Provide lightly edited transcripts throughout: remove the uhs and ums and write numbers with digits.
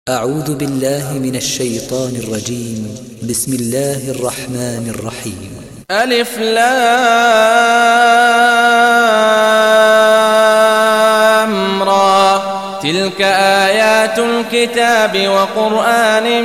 أعوذ بالله من الشيطان الرجيم. بسم الله الرحمن الرحيم. ألف لام را تلك آيات الكتاب وقرآن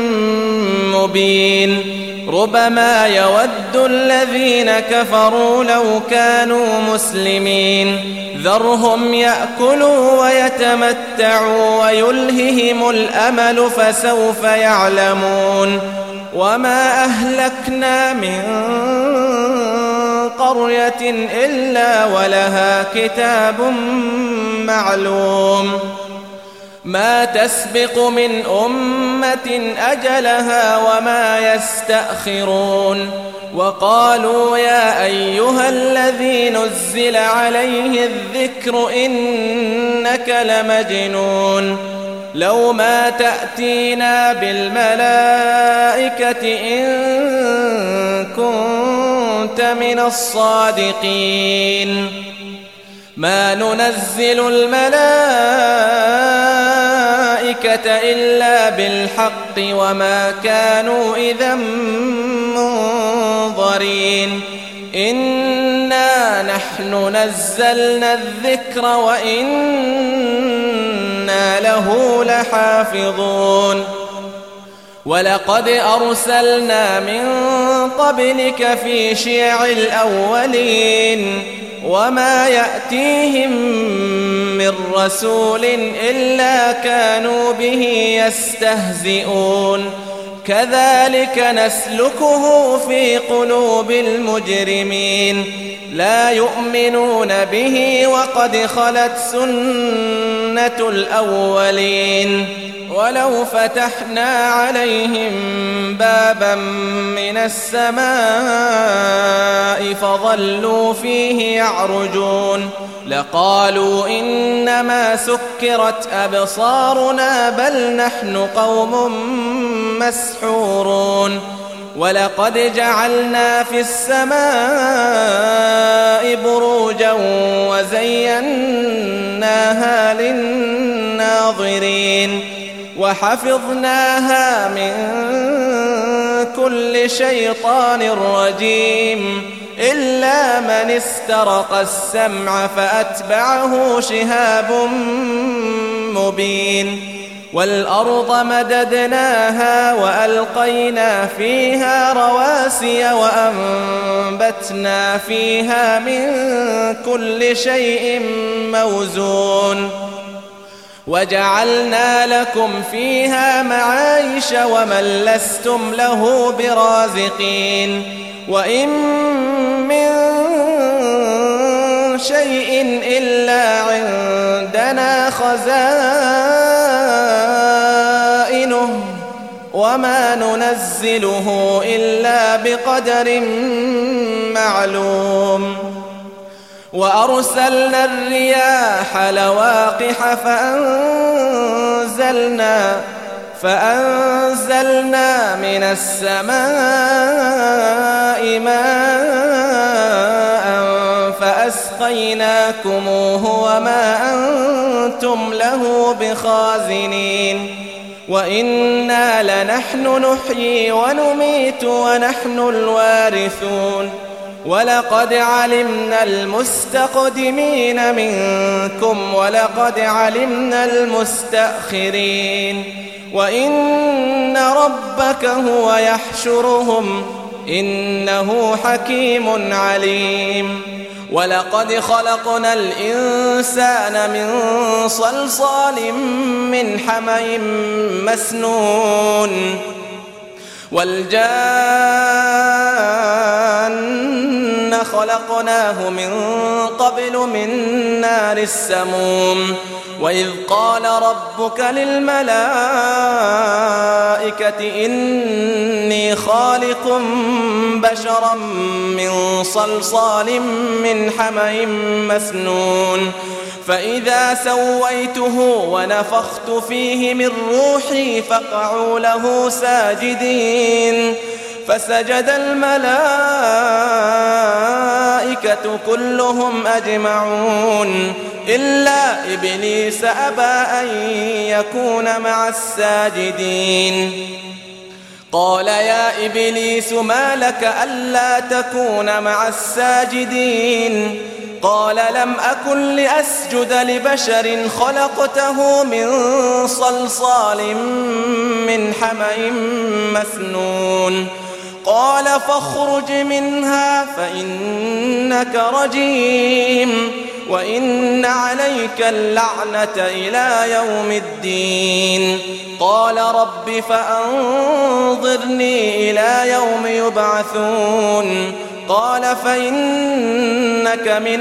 مبين ربما يود الذين كفروا لو كانوا مسلمين ذرهم يأكلوا ويتمتعوا ويلههم الأمل فسوف يعلمون وما أهلكنا من قرية إلا ولها كتاب معلوم ما تسبق من أمة أجلها وما يستأخرون وقالوا يا أيها الذي نزل عليه الذكر إنك لمجنون لو ما تأتينا بالملائكة إن كنت من الصادقين ما ننزل الملائكة إلا بالحق وما كانوا إذا منظرين إنا نحن نزلنا الذكر وإنا له لحافظون ولقد أرسلنا من قبلك في شيع الأولين وما يأتيهم من رسول إلا كانوا به يستهزئون كذلك نسلكه في قلوب المجرمين لا يؤمنون به وقد خلت سنة الأولين ولو فتحنا عليهم بابا من السماء فظلوا فيه يعرجون لقالوا إنما سكرت أبصارنا بل نحن قوم مسحورون ولقد جعلنا في السماء بروجا وزيناها للناظرين وحفظناها من كل شيطان رجيم إلا من استرق السمع فأتبعه شهاب مبين والأرض مددناها وألقينا فيها رواسي وأنبتنا فيها من كل شيء موزون وجعلنا لكم فيها معايش ومن لستم له برازقين وإن من شيء إلا عندنا خزائنه وما ننزله إلا بقدر معلوم وأرسلنا الرياح لواقح فأنزلنا من السماء ماء فأسقيناكموه وما أنتم له بخازنين وإنا لنحن نحيي ونميت ونحن الوارثون ولقد علمنا المستقدمين منكم ولقد علمنا المستأخرين وإن ربك هو يحشرهم إنه حكيم عليم ولقد خلقنا الإنسان من صلصال من حمأ مسنون والجان خلقناه من قبل من نار السموم وإذ قال ربك للملائكة إني خالق بشرا من صلصال من حمأ مسنون فإذا سويته ونفخت فيه من روحي فقعوا له ساجدين فسجد الملائكة كلهم أجمعون إلا إبليس أبى أن يكون مع الساجدين. قال يا إبليس ما لك ألا تكون مع الساجدين؟ قال لم أكن لأسجد لبشر خلقته من صلصال من حمأ مسنون. قال فاخرج منها فإنك رجيم وإن عليك اللعنة إلى يوم الدين. قال رب فأنظرني إلى يوم يبعثون. قال فإنك من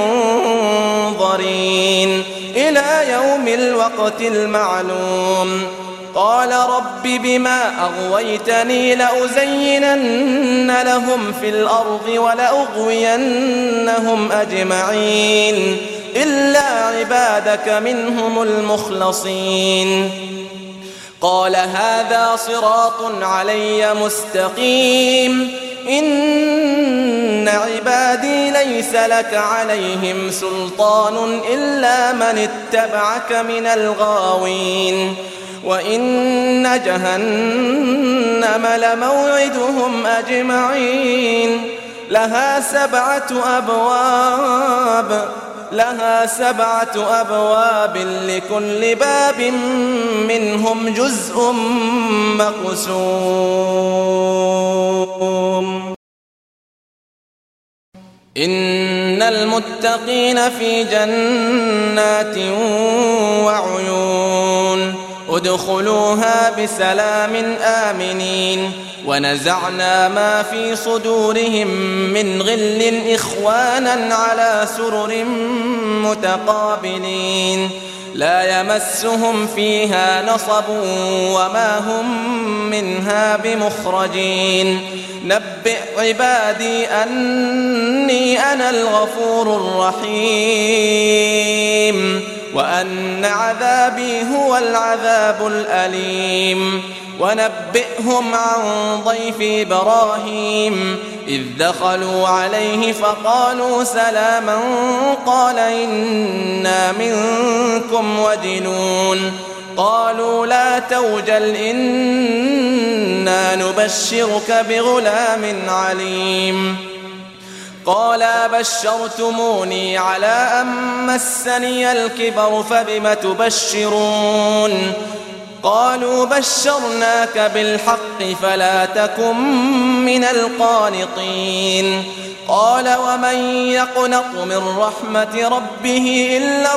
المنظرين إلى يوم الوقت المعلوم. قال رب بما أغويتني لأزينن لهم في الأرض ولأغوينهم أجمعين إلا عبادك منهم المخلصين. قال هذا صراط علي مستقيم إن عبادي ليس لك عليهم سلطان إلا من اتبعك من الغاوين. وإن جهنم لموعدهم أجمعين لها سبعة أبواب لكل باب منهم جزء مقسوم. إن المتقين في جنات وعيون ادخلوها بسلام آمنين. ونزعنا ما في صدورهم من غل إخوانا على سرر متقابلين لا يمسهم فيها نصب وما هم منها بمخرجين. نبئ عبادي أني أنا الغفور الرحيم وأن عذابي هو العذاب الأليم. ونبئهم عن ضيف إبراهيم إذ دخلوا عليه فقالوا سلاما قال إنا منكم وجلون. قالوا لا توجل إنا نبشرك بغلام عليم. قال بشرتموني على أن مسني الكبر فبم تبشرون؟ قالوا بشرناك بالحق فلا تكن من القانطين. قال ومن يقنط من رحمة ربه إلا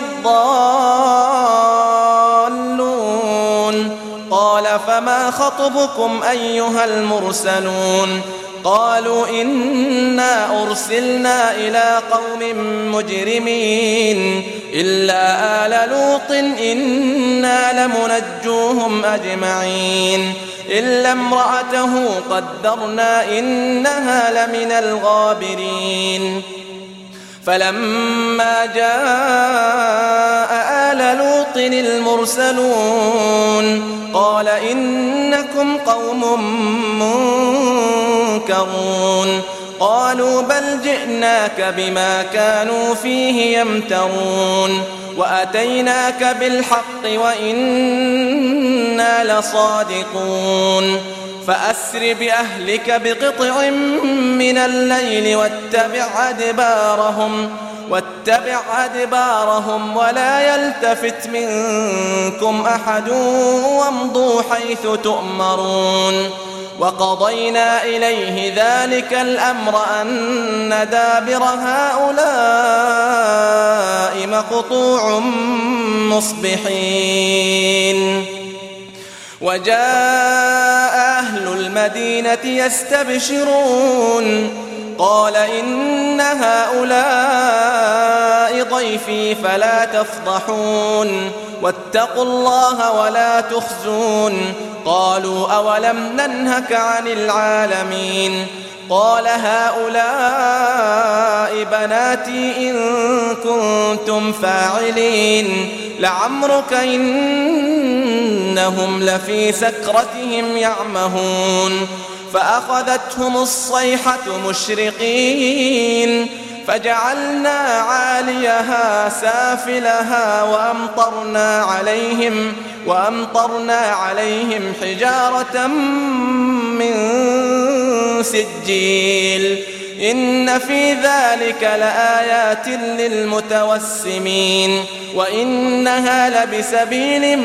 الضالون. قال فما خطبكم أيها المرسلون؟ قالوا إنا أرسلنا إلى قوم مجرمين إلا آل لوط إنا لمنجوهم أجمعين إلا امرأته قدرنا إنها لمن الغابرين. فلما جاء آل لوط المرسلون قال إنكم قوم منكرون. قالوا بل جئناك بما كانوا فيه يمترون وأتيناك بالحق وإنا لصادقون. فأسر بأهلك بقطع من الليل واتبع أدبارهم ولا يلتفت منكم أحد وامضوا حيث تؤمرون. وقضينا إليه ذلك الأمر أن دابر هؤلاء مقطوع مصبحين. وجاء أهل المدينة يستبشرون قال إن هؤلاء ضيفي فلا تفضحون واتقوا الله ولا تخزون. قالوا أولم ننهك عن العالمين؟ قال هؤلاء بناتي إن كنتم فاعلين لعمرك إنهم لفي سكرتهم يعمهون. فأخذتهم الصيحة مشرقين فجعلنا عاليها سافلها وأمطرنا عليهم حجارة من سجيل إن في ذلك لآيات للمتوسمين وإنها لبسبيل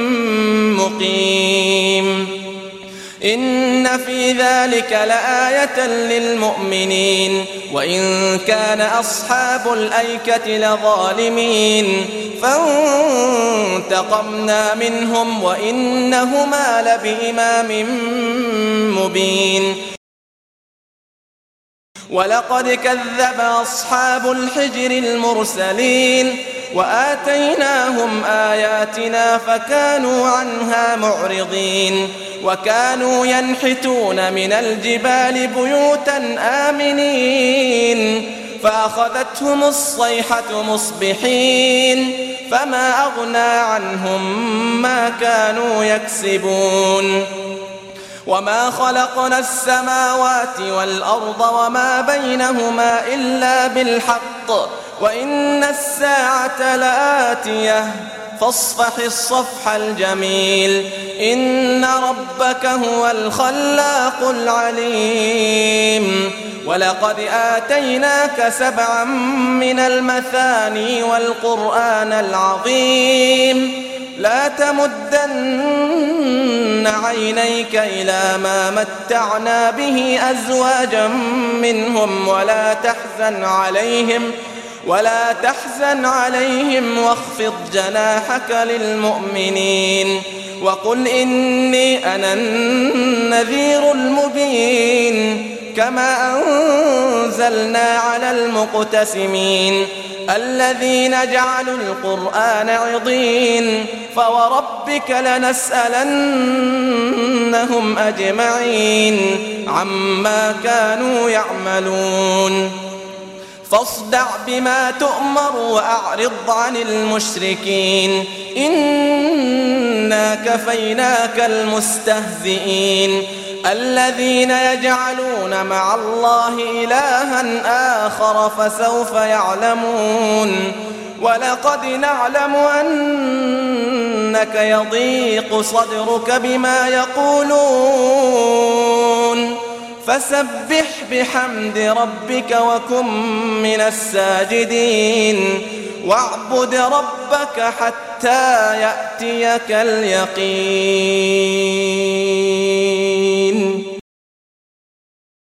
مقيم إن في ذلك لآية للمؤمنين وإن كان أصحاب الأيكة لظالمين فانتقمنا منهم وإنهما لبإمام مبين ولقد كذب أصحاب الحجر المرسلين وآتيناهم آياتنا فكانوا عنها معرضين وكانوا ينحتون من الجبال بيوتا آمنين فأخذتهم الصيحة مصبحين فما أغنى عنهم ما كانوا يكسبون وما خلقنا السماوات والأرض وما بينهما إلا بالحق وإن الساعة لآتية فاصفح الصفح الجميل إن ربك هو الخلاق العليم ولقد آتيناك 7 من المثاني والقرآن العظيم لا تمدن عينيك إلى ما متعنا به أزواجا منهم ولا تحزن عليهم واخفض جناحك للمؤمنين وقل إني أنا النذير المبين كما أنزلنا على المقتسمين الذين جعلوا القرآن عضين فوربك لنسألنهم أجمعين عما كانوا يعملون فاصدع بما تؤمر وأعرض عن المشركين إنا كفيناك المستهزئين الذين يجعلون مع الله إلها آخر فسوف يعلمون ولقد نعلم أنك يضيق صدرك بما يقولون فسبح بحمد ربك وكن من الساجدين واعبد ربك حتى يأتيك اليقين.